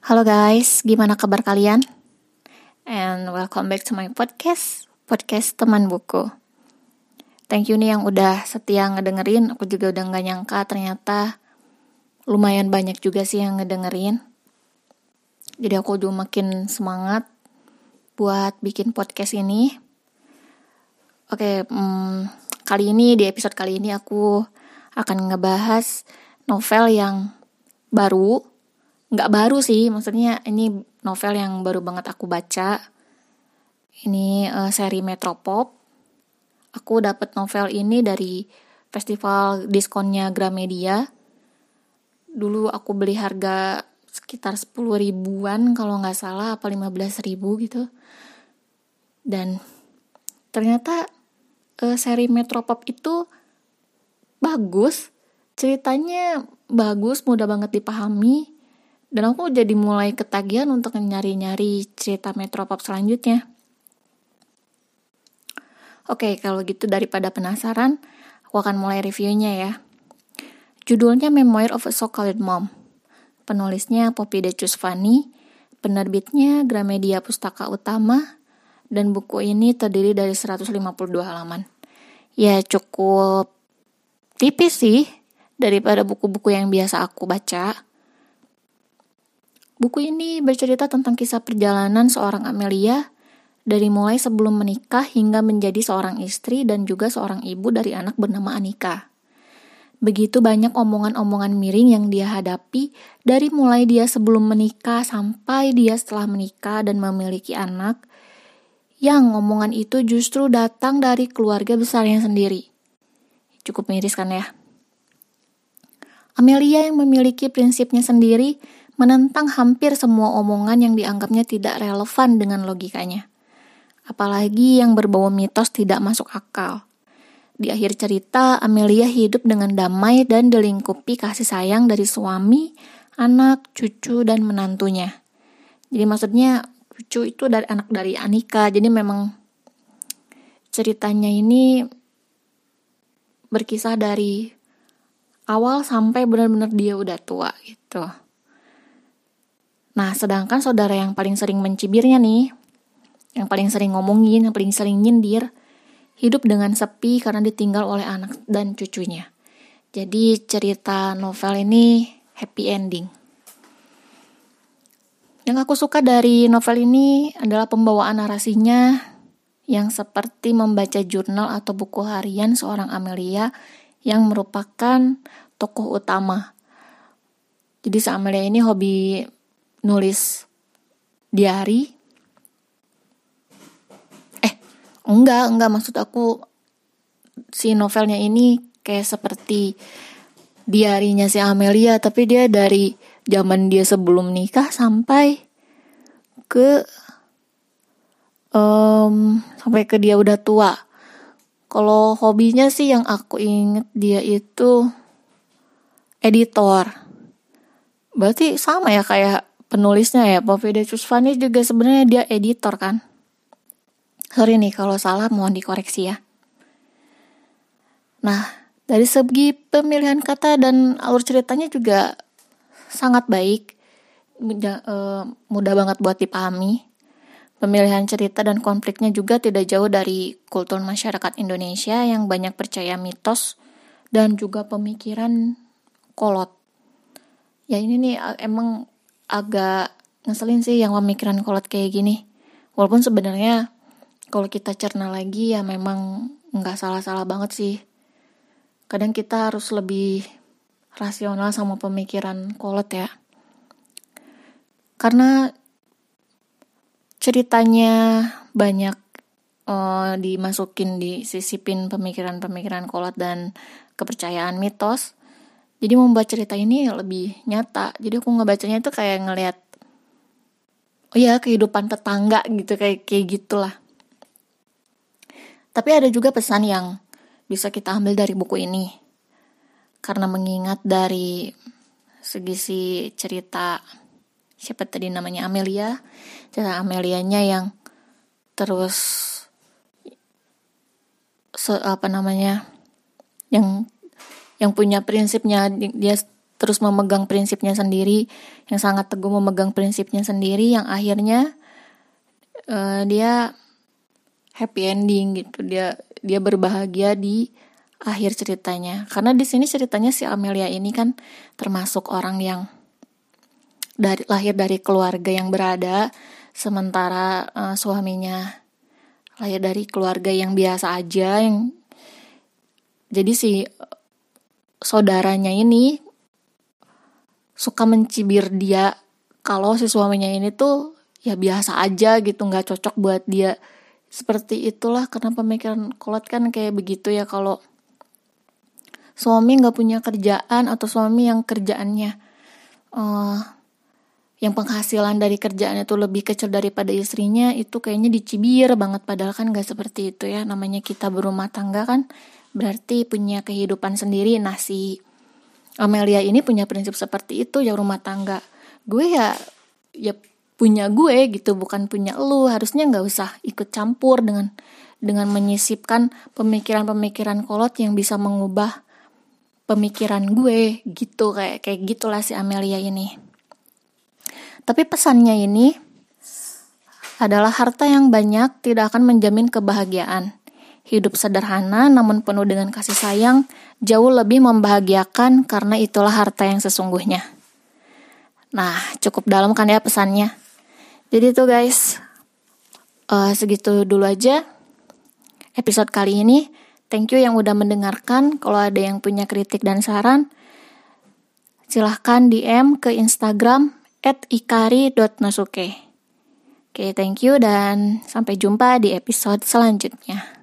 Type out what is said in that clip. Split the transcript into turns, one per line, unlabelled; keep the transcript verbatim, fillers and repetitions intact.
Halo guys, gimana kabar kalian? And welcome back to my podcast, podcast teman buku. Thank you nih yang udah setia ngedengerin. Aku juga udah gak nyangka ternyata lumayan banyak juga sih yang ngedengerin. Jadi aku juga makin semangat buat bikin podcast ini. Oke, hmm, kali ini di episode kali ini aku akan ngebahas novel yang baru. Nggak baru sih, maksudnya ini novel yang baru banget aku baca. Ini uh, seri Metropop. Aku dapat novel ini dari festival diskonnya Gramedia. Dulu aku beli harga sekitar sepuluh ribuan kalau nggak salah, apa lima belas ribu gitu. Dan ternyata uh, seri Metropop itu bagus. Ceritanya bagus, mudah banget dipahami. Dan aku jadi mulai ketagihan untuk nyari-nyari cerita Metropop selanjutnya. Oke, kalau gitu daripada penasaran, aku akan mulai reviewnya ya. Judulnya Memoir of a So-Called Mom. Penulisnya Poppy De Chusvani, penerbitnya Gramedia Pustaka Utama, dan buku ini terdiri dari seratus lima puluh dua halaman. Ya cukup tipis sih daripada buku-buku yang biasa aku baca. Buku ini bercerita tentang kisah perjalanan seorang Amelia dari mulai sebelum menikah hingga menjadi seorang istri dan juga seorang ibu dari anak bernama Anika. Begitu banyak omongan-omongan miring yang dia hadapi dari mulai dia sebelum menikah sampai dia setelah menikah dan memiliki anak, yang omongan itu justru datang dari keluarga besarnya sendiri. Cukup miris kan ya? Amelia yang memiliki prinsipnya sendiri menentang hampir semua omongan yang dianggapnya tidak relevan dengan logikanya. Apalagi yang berbau mitos tidak masuk akal. Di akhir cerita, Amelia hidup dengan damai dan dilingkupi kasih sayang dari suami, anak, cucu, dan menantunya. Jadi maksudnya cucu itu dari anak dari Anika. Jadi memang ceritanya ini berkisah dari awal sampai benar-benar dia udah tua gitu. Nah, sedangkan saudara yang paling sering mencibirnya nih, yang paling sering ngomongin, yang paling sering nyindir, hidup dengan sepi karena ditinggal oleh anak dan cucunya. Jadi cerita novel ini happy ending. Yang aku suka dari novel ini adalah pembawaan narasinya yang seperti membaca jurnal atau buku harian seorang Amelia yang merupakan tokoh utama. Jadi si Amelia ini hobi nulis diary. Eh, enggak, enggak maksud aku si novelnya ini kayak seperti diarinya si Amelia, tapi dia dari zaman dia sebelum nikah sampai ke um, sampai ke dia udah tua. Kalau hobinya sih yang aku inget dia itu editor. Berarti sama ya kayak penulisnya ya, Poppy De Chusvani juga sebenarnya dia editor kan. Sorry nih kalau salah, mohon dikoreksi ya. Nah, dari segi pemilihan kata dan alur ceritanya juga sangat baik. Mudah, uh, mudah banget buat dipahami. Pemilihan cerita dan konfliknya juga tidak jauh dari kultur masyarakat Indonesia yang banyak percaya mitos dan juga pemikiran kolot. Ya ini nih emang agak ngeselin sih yang pemikiran kolot kayak gini. Walaupun sebenarnya kalau kita cerna lagi ya memang nggak salah-salah banget sih. Kadang kita harus lebih rasional sama pemikiran kolot ya. Karena ceritanya banyak uh, dimasukin, disisipin pemikiran-pemikiran kolot dan kepercayaan mitos. Jadi membuat cerita ini lebih nyata. Jadi aku ngebacanya itu kayak ngelihat, oh ya kehidupan tetangga gitu, kayak kayak gitulah. Tapi ada juga pesan yang bisa kita ambil dari buku ini. Karena mengingat dari segi si cerita, siapa tadi namanya Amelia, cerita Amelianya yang terus se, apa namanya, yang yang punya prinsipnya dia terus memegang prinsipnya sendiri, yang sangat teguh memegang prinsipnya sendiri, yang akhirnya uh, dia happy ending gitu, dia dia berbahagia di akhir ceritanya. Karena di sini ceritanya si Amelia ini kan termasuk orang yang dari lahir dari keluarga yang berada, sementara uh, suaminya lahir dari keluarga yang biasa aja, yang jadi si saudaranya ini suka mencibir dia kalau si suaminya ini tuh ya biasa aja gitu, nggak cocok buat dia. Seperti itulah, karena pemikiran kolot kan kayak begitu ya, kalau suami nggak punya kerjaan atau suami yang kerjaannya uh, yang penghasilan dari kerjaannya tuh lebih kecil daripada istrinya, itu kayaknya dicibir banget. Padahal kan nggak seperti itu ya, namanya kita berumah tangga kan berarti punya kehidupan sendiri. Nah si Amelia ini punya prinsip seperti itu ya, rumah tangga gue ya ya punya gue gitu, bukan punya lu. Harusnya nggak usah ikut campur dengan dengan menyisipkan pemikiran-pemikiran kolot yang bisa mengubah pemikiran gue gitu, kayak kayak gitulah si Amelia ini. Tapi pesannya ini adalah harta yang banyak tidak akan menjamin kebahagiaan. Hidup sederhana namun penuh dengan kasih sayang jauh lebih membahagiakan, karena itulah harta yang sesungguhnya. Nah, cukup dalam kan ya pesannya. Jadi tuh guys, uh, segitu dulu aja episode kali ini. Thank you yang udah mendengarkan. Kalau ada yang punya kritik dan saran, silahkan D M ke Instagram at ikari dot nosuke. Oke, thank you dan sampai jumpa di episode selanjutnya.